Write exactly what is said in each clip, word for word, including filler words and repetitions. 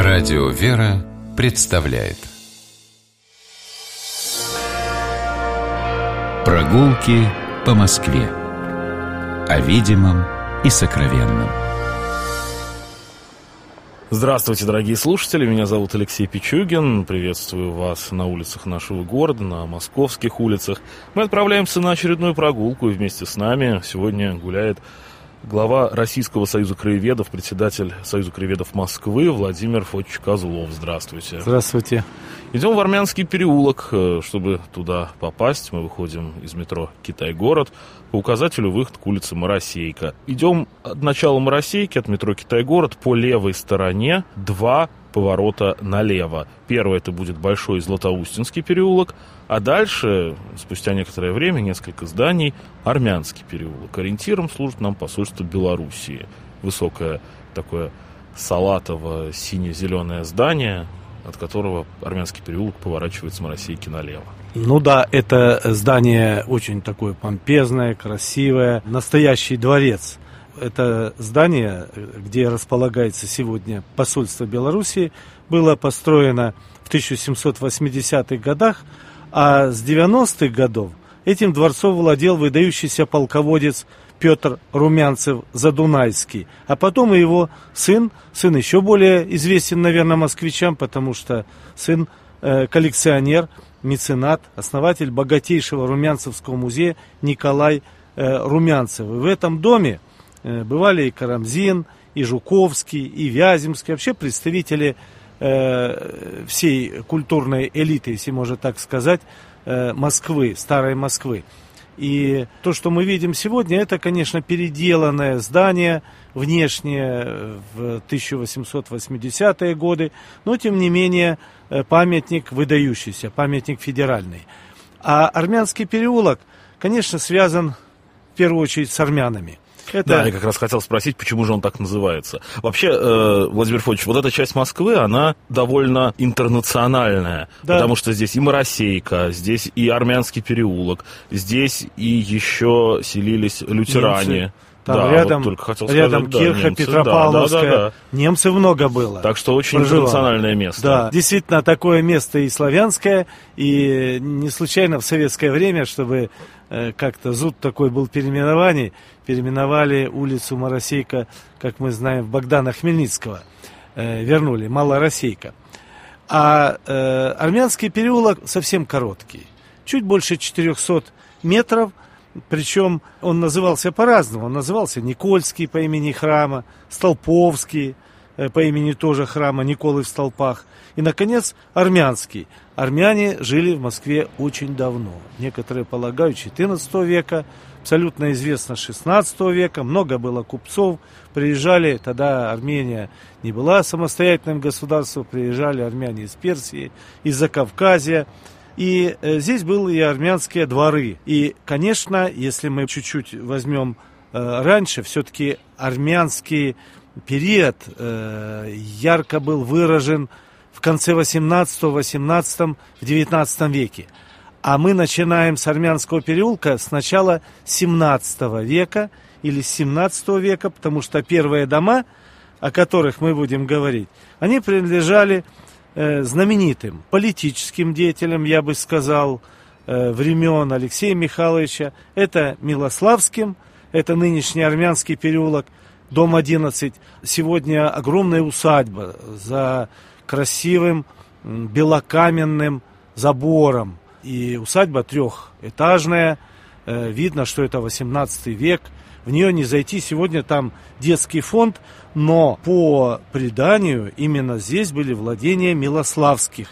Радио «Вера» представляет Прогулки по Москве. О видимом и сокровенном. Здравствуйте, дорогие слушатели, меня зовут Алексей Пичугин. Приветствую вас на улицах нашего города, на московских улицах. Мы отправляемся на очередную прогулку, и вместе с нами сегодня гуляет глава Российского союза краеведов, председатель Союза краеведов Москвы Владимир Фотич Козлов. Здравствуйте. Здравствуйте. Идем в Армянский переулок. Чтобы туда попасть, мы выходим из метро «Китай-город» по указателю выход к улице Моросейка. Идем от начала Моросейки, от метро «Китай-город», по левой стороне два поворота налево. Первый — это будет Большой Златоустинский переулок, а дальше, спустя некоторое время, несколько зданий, Армянский переулок. Ориентиром служит нам посольство Белоруссии. Высокое такое салатово-сине-зеленое здание, от которого Армянский переулок поворачивает с Моросейки налево. Ну да, это здание очень такое помпезное, красивое, настоящий дворец. Это здание, где располагается сегодня посольство Белоруссии, было построено в тысяча семьсот восьмидесятых годах, а с девяностых годов этим дворцом владел выдающийся полководец Петр Румянцев-Задунайский, а потом и его сын, сын еще более известен, наверное, москвичам, потому что сын э, коллекционер, меценат, основатель богатейшего Румянцевского музея Николай э, Румянцев. И в этом доме э, бывали и Карамзин, и Жуковский, и Вяземский, вообще представители э, всей культурной элиты, если можно так сказать, э, Москвы, старой Москвы. И то, что мы видим сегодня, это, конечно, переделанное здание, внешнее в тысяча восемьсот восьмидесятые годы, но, тем не менее, памятник выдающийся, памятник федеральный. А Армянский переулок, конечно, связан в первую очередь с армянами. Это... Да, я как раз хотел спросить, почему же он так называется. Вообще, э, Владимир Фотич, вот эта часть Москвы, она довольно интернациональная, да. Потому что здесь и Моросейка, здесь и Армянский переулок, здесь и еще селились лютеране. Немцы. Там да, рядом, вот только хотел рядом сказать, Кирха, да, немцы, Петропавловская. Да, да, да, да. Немцев много было. Так что очень проживало. Интернациональное место. Да, действительно, такое место и славянское, и не случайно в советское время, чтобы э, как-то зуд такой был переименований, переименовали улицу Моросейка, как мы знаем, в Богдана Хмельницкого. Э, вернули, Малороссейка. А э, Армянский переулок совсем короткий. Чуть больше четырехсот метров. Причем он назывался по-разному. Он назывался Никольский по имени храма, Столповский по имени тоже храма Николы в Столпах. И, наконец, Армянский. Армяне жили в Москве очень давно. Некоторые полагают, четырнадцатого века. Абсолютно известно, шестнадцатого века. Много было купцов. Приезжали, тогда Армения не была самостоятельным государством. Приезжали армяне из Персии, из Закавказья. И э, здесь были и армянские дворы. И, конечно, если мы чуть-чуть возьмем э, раньше, все-таки армянский период э, ярко был выражен в конце восемнадцатого, восемнадцатом, в девятнадцатом веке. А мы начинаем с Армянского переулка с начала семнадцатого века или с семнадцатого века, потому что первые дома, о которых мы будем говорить, они принадлежали знаменитым политическим деятелям, я бы сказал, времен Алексея Михайловича. Это Милославским, это нынешний Армянский переулок, дом одиннадцать. Сегодня огромная усадьба за красивым белокаменным забором. И усадьба трехэтажная, видно, что это восемнадцатый век. В нее не зайти, сегодня там детский фонд, но по преданию именно здесь были владения Милославских.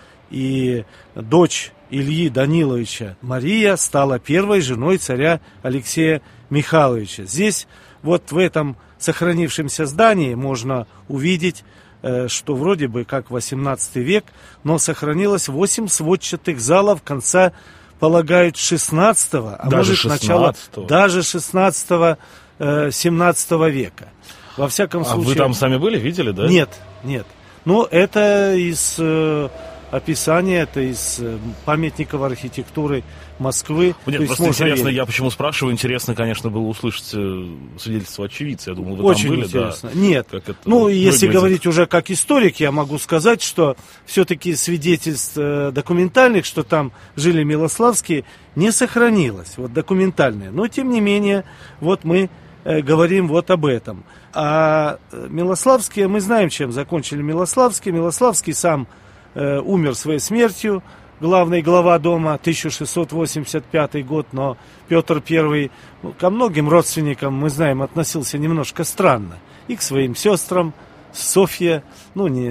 И дочь Ильи Даниловича Мария стала первой женой царя Алексея Михайловича. Здесь вот в этом сохранившемся здании можно увидеть, что вроде бы как восемнадцатый век, но сохранилось восемь сводчатых залов конца, полагают, шестнадцатого, а даже может начало даже шестнадцатого, семнадцатого века. Во всяком а случае. Вы там сами были, видели, да? Нет, нет. Ну, это из э, описание, это из памятников архитектуры Москвы. Нет, То просто интересно, верить. Я почему спрашиваю, интересно, конечно, было услышать свидетельство очевидца. Я думал, вы Очень там были, интересно. Да. Нет, как это ну, если выглядит. говорить уже как историк, я могу сказать, что все-таки свидетельств документальных, что там жили Милославские, не сохранилось, вот документальные. Но, тем не менее, вот мы э, говорим вот об этом. А Милославские, мы знаем, чем закончили Милославские. Милославский сам э, умер своей смертью, главный глава дома, тысяча шестьсот восемьдесят пятый год, но Петр Первый ну, ко многим родственникам, мы знаем, относился немножко странно. И к своим сестрам, Софье, ну, не,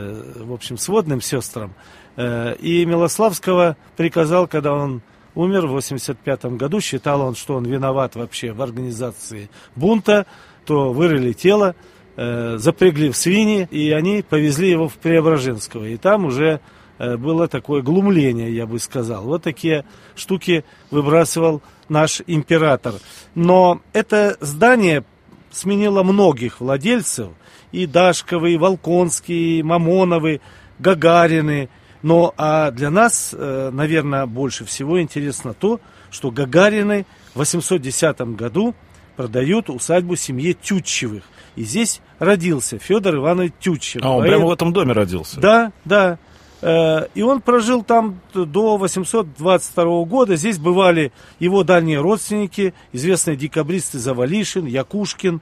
в общем, сводным сестрам. Э, и Милославского приказал, когда он умер в восемьдесят пятом году, считал он, что он виноват вообще в организации бунта, то вырыли тело, э, запрягли в свиньи, и они повезли его в Преображенского. И там уже э, было такое глумление, я бы сказал. Вот такие штуки выбрасывал наш император. Но это здание сменило многих владельцев. И Дашковы, и Волконские, и Мамоновы, Гагарины. Но а для нас, э, наверное, больше всего интересно то, что Гагарины в восемьсот десятом году продают усадьбу семье Тютчевых. И здесь родился Федор Иванович Тютчев. А он прямо в этом доме родился? Да, да. Э, и он прожил там до восемьсот двадцать второго года. Здесь бывали его дальние родственники, известные декабристы Завалишин, Якушкин.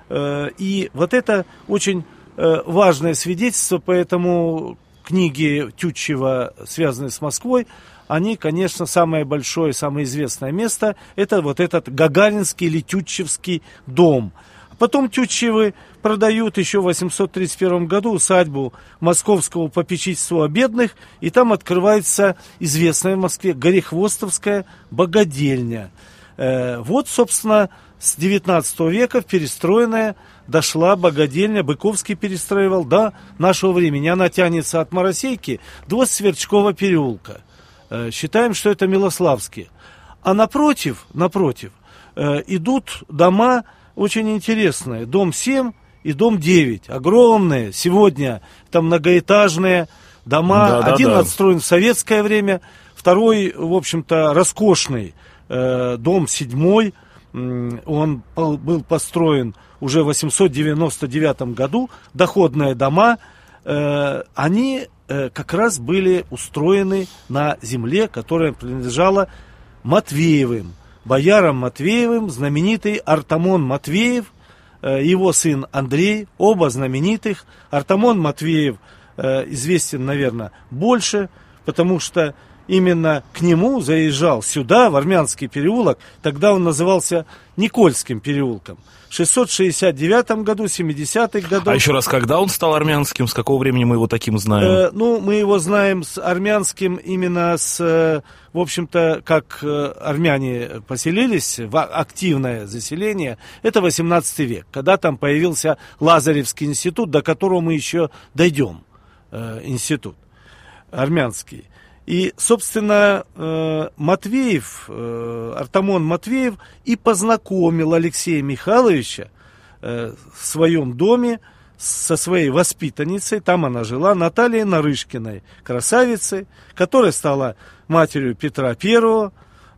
Э, и вот это очень э, важное свидетельство, поэтому книги Тютчева, связанные с Москвой, они, конечно, самое большое, самое известное место, это вот этот Гагаринский или Тютчевский дом. Потом Тютчевы продают еще в восемьсот тридцать первом году усадьбу Московского попечительства о бедных, и там открывается известная в Москве Горехвостовская богадельня. Э, вот, собственно, с девятнадцатого века перестроенная дошла богадельня, Быковский перестраивал до нашего времени. Она тянется от Моросейки до Сверчкова переулка. Э, считаем, что это Милославские. А напротив, напротив, э, идут дома очень интересные. Дом семь и дом девять. Огромные. Сегодня там многоэтажные дома. Да, Один да, да. отстроен в советское время, второй, в общем-то, роскошный. Э, дом седьмой. Он был построен уже в восемьсот девяносто девятом году. Доходные дома, э, они э, как раз были устроены на земле, которая принадлежала Матвеевым. Боярам Матвеевым, знаменитый Артамон Матвеев, э, его сын Андрей, оба знаменитых. Артамон Матвеев э, известен, наверное, больше, потому что именно к нему заезжал сюда, в Армянский переулок, тогда он назывался Никольским переулком. В шестьсот шестьдесят девятом году, семидесятых годах. А еще раз, когда он стал армянским, с какого времени мы его таким знаем? Э, ну, мы его знаем с армянским именно с, э, в общем-то, как э, армяне поселились, в активное заселение, это восемнадцатый век, когда там появился Лазаревский институт, до которого мы еще дойдем, э, институт армянский. И, собственно, Матвеев, Артамон Матвеев и познакомил Алексея Михайловича в своем доме со своей воспитанницей, там она жила, Натальей Нарышкиной, красавицей, которая стала матерью Петра Первого.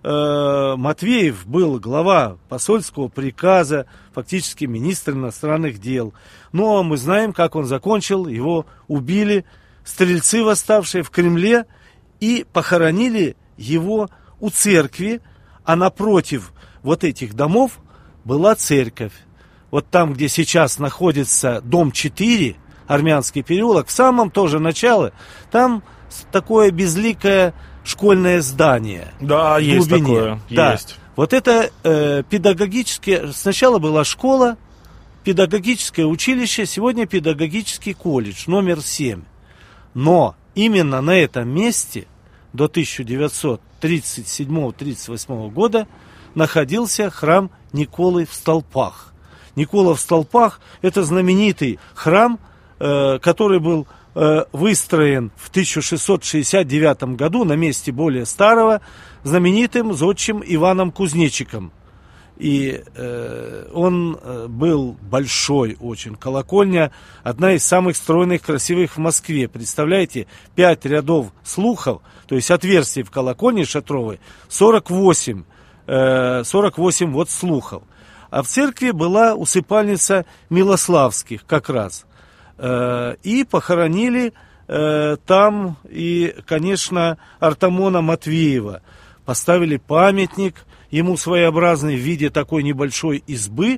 Матвеев был глава посольского приказа, фактически министр иностранных дел. Но мы знаем, как он закончил, его убили стрельцы, восставшие в Кремле, и похоронили его у церкви, а напротив вот этих домов была церковь. Вот там, где сейчас находится дом четыре, Армянский переулок, в самом тоже начале, там такое безликое школьное здание. Да, в есть глубине. такое, да. есть. Вот это э, педагогическое, сначала была школа, педагогическое училище, сегодня педагогический колледж номер семь. Но именно на этом месте до тысяча девятьсот тридцать седьмого — тридцать восьмого года находился храм Николы в Столпах. Никола в Столпах – это знаменитый храм, э, который был э, выстроен в тысяча шестьсот шестьдесят девятом году на месте более старого знаменитым зодчим Иваном Кузнечиком. И э, он э, был большой очень. Колокольня одна из самых стройных, красивых в Москве. Представляете, пять рядов слухов, то есть отверстий в колокольне шатровой, сорок восемь, э, сорок восемь вот слухов. А в церкви была усыпальница Милославских как раз. Э, и похоронили э, там и, конечно, Артамона Матвеева. Поставили памятник ему своеобразный в виде такой небольшой избы,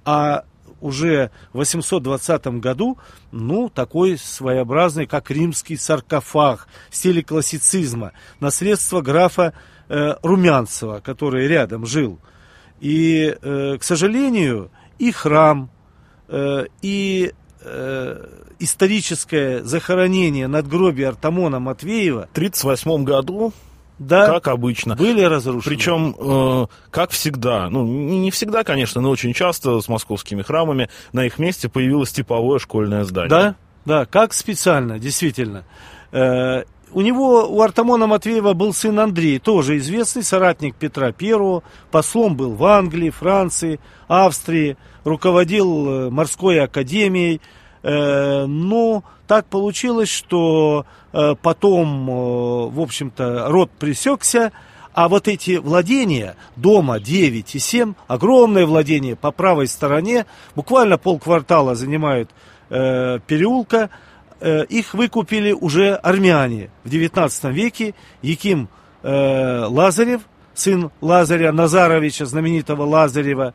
а уже в восемьсот двадцатом году, ну, такой своеобразный, как римский саркофаг в стиле классицизма, наследство графа э, Румянцева, который рядом жил. И, э, к сожалению, и храм, э, и э, историческое захоронение надгробия Артамона Матвеева В тридцать восьмом году... Да, как обычно. Были разрушены. Причем, э, как всегда, ну, не всегда, конечно, но очень часто с московскими храмами на их месте появилось типовое школьное здание. Да, да, как специально, действительно. Э, у него, у Артамона Матвеева был сын Андрей, тоже известный соратник Петра Первого, послом был в Англии, Франции, Австрии, руководил морской академией. Э, но так получилось, что э, потом, э, в общем-то, род пресекся, а вот эти владения, дома девять и семь, огромное владение по правой стороне, буквально полквартала занимают э, переулка, э, их выкупили уже армяне в девятнадцатом веке. Яким э, Лазарев, сын Лазаря Назаровича, знаменитого Лазарева,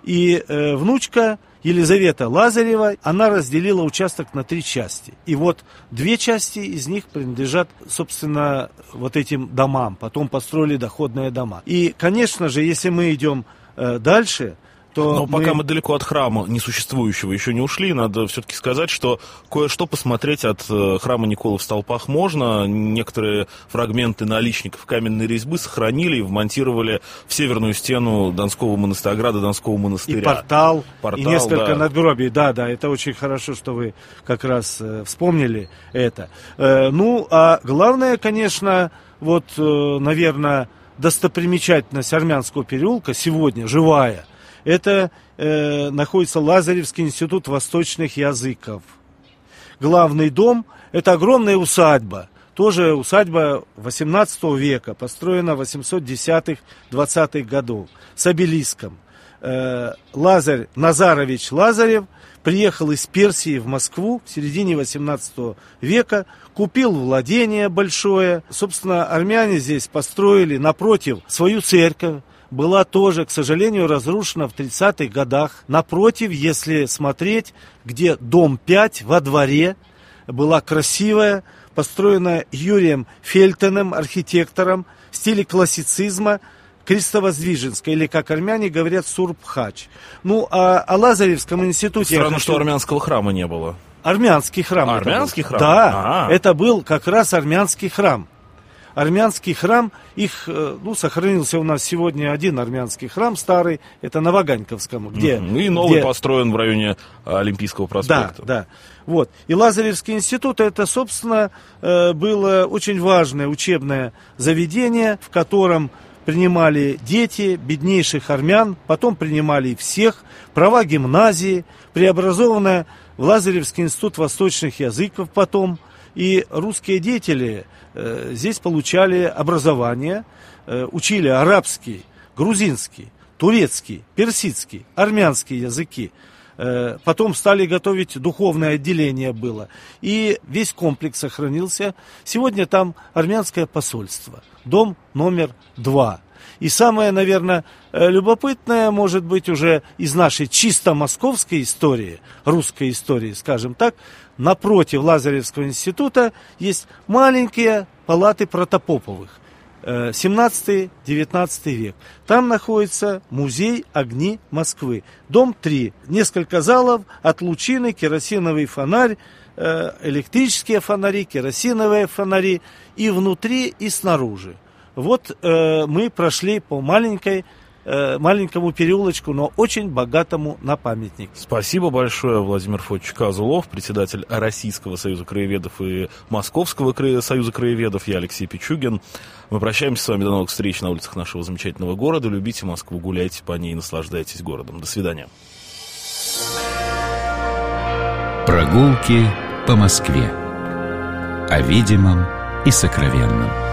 и э, внучка Елизавета Лазарева, она разделила участок на три части. И вот две части из них принадлежат, собственно, вот этим домам. Потом построили доходные дома. И, конечно же, если мы идем э, дальше, то Но мы... пока мы далеко от храма несуществующего еще не ушли, надо все-таки сказать, что кое-что посмотреть от э, храма Николы в Столпах можно. Некоторые фрагменты наличников каменной резьбы сохранили и вмонтировали в северную стену Донского монастыря, ограды Донского монастыря. И портал, портал и несколько да. надгробий. Да, да, это очень хорошо, что вы как раз э, вспомнили это. Э, ну, а главное, конечно, вот, э, наверное, достопримечательность Армянского переулка сегодня, живая, это э, находится Лазаревский институт восточных языков. Главный дом – это огромная усадьба. Тоже усадьба восемнадцатого века, построена в восемьсот десятых-двадцатых годов, с обелиском. Э, Лазарь Назарович Лазарев приехал из Персии в Москву в середине восемнадцатого века, купил владение большое. Собственно, армяне здесь построили напротив свою церковь. Была тоже, к сожалению, разрушена в тридцатых годах. Напротив, если смотреть, где дом пять во дворе, была красивая, построена Юрием Фельтоном, архитектором, в стиле классицизма, крестовоздвиженская, или, как армяне говорят, Сурбхач. Ну, а о Лазаревском институте... Странно, хочу... что армянского храма не было. Армянский храм. А, армянский храм? Да, А-а-а. это был как раз армянский храм. Армянский храм, их, ну, сохранился у нас сегодня один армянский храм старый, это на Ваганьковском, где... Mm-hmm. И новый где... построен в районе Олимпийского проспекта. Да, да. Вот. И Лазаревский институт, это, собственно, было очень важное учебное заведение, в котором принимали дети беднейших армян, потом принимали всех, права гимназии, преобразованная в Лазаревский институт восточных языков потом. И русские деятели э, здесь получали образование, э, учили арабский, грузинский, турецкий, персидский, армянский языки. Э, потом стали готовить, духовное отделение было. И весь комплекс сохранился. Сегодня там армянское посольство, дом номер два. И самое, наверное, любопытное, может быть, уже из нашей чисто московской истории, русской истории, скажем так, напротив Лазаревского института есть маленькие палаты Протопоповых, семнадцатый-девятнадцатый век. Там находится музей огни Москвы, дом три, несколько залов, от лучины, керосиновый фонарь, электрические фонари, керосиновые фонари и внутри, и снаружи. Вот э, мы прошли по маленькой э, маленькому переулочку, но очень богатому на памятник. Спасибо большое, Владимир Фотович Козлов, председатель Российского союза краеведов и Московского союза краеведов. Я Алексей Пичугин. Мы прощаемся с вами. До новых встреч на улицах нашего замечательного города. Любите Москву, гуляйте по ней и наслаждайтесь городом. До свидания. Прогулки по Москве. О видимом и сокровенном.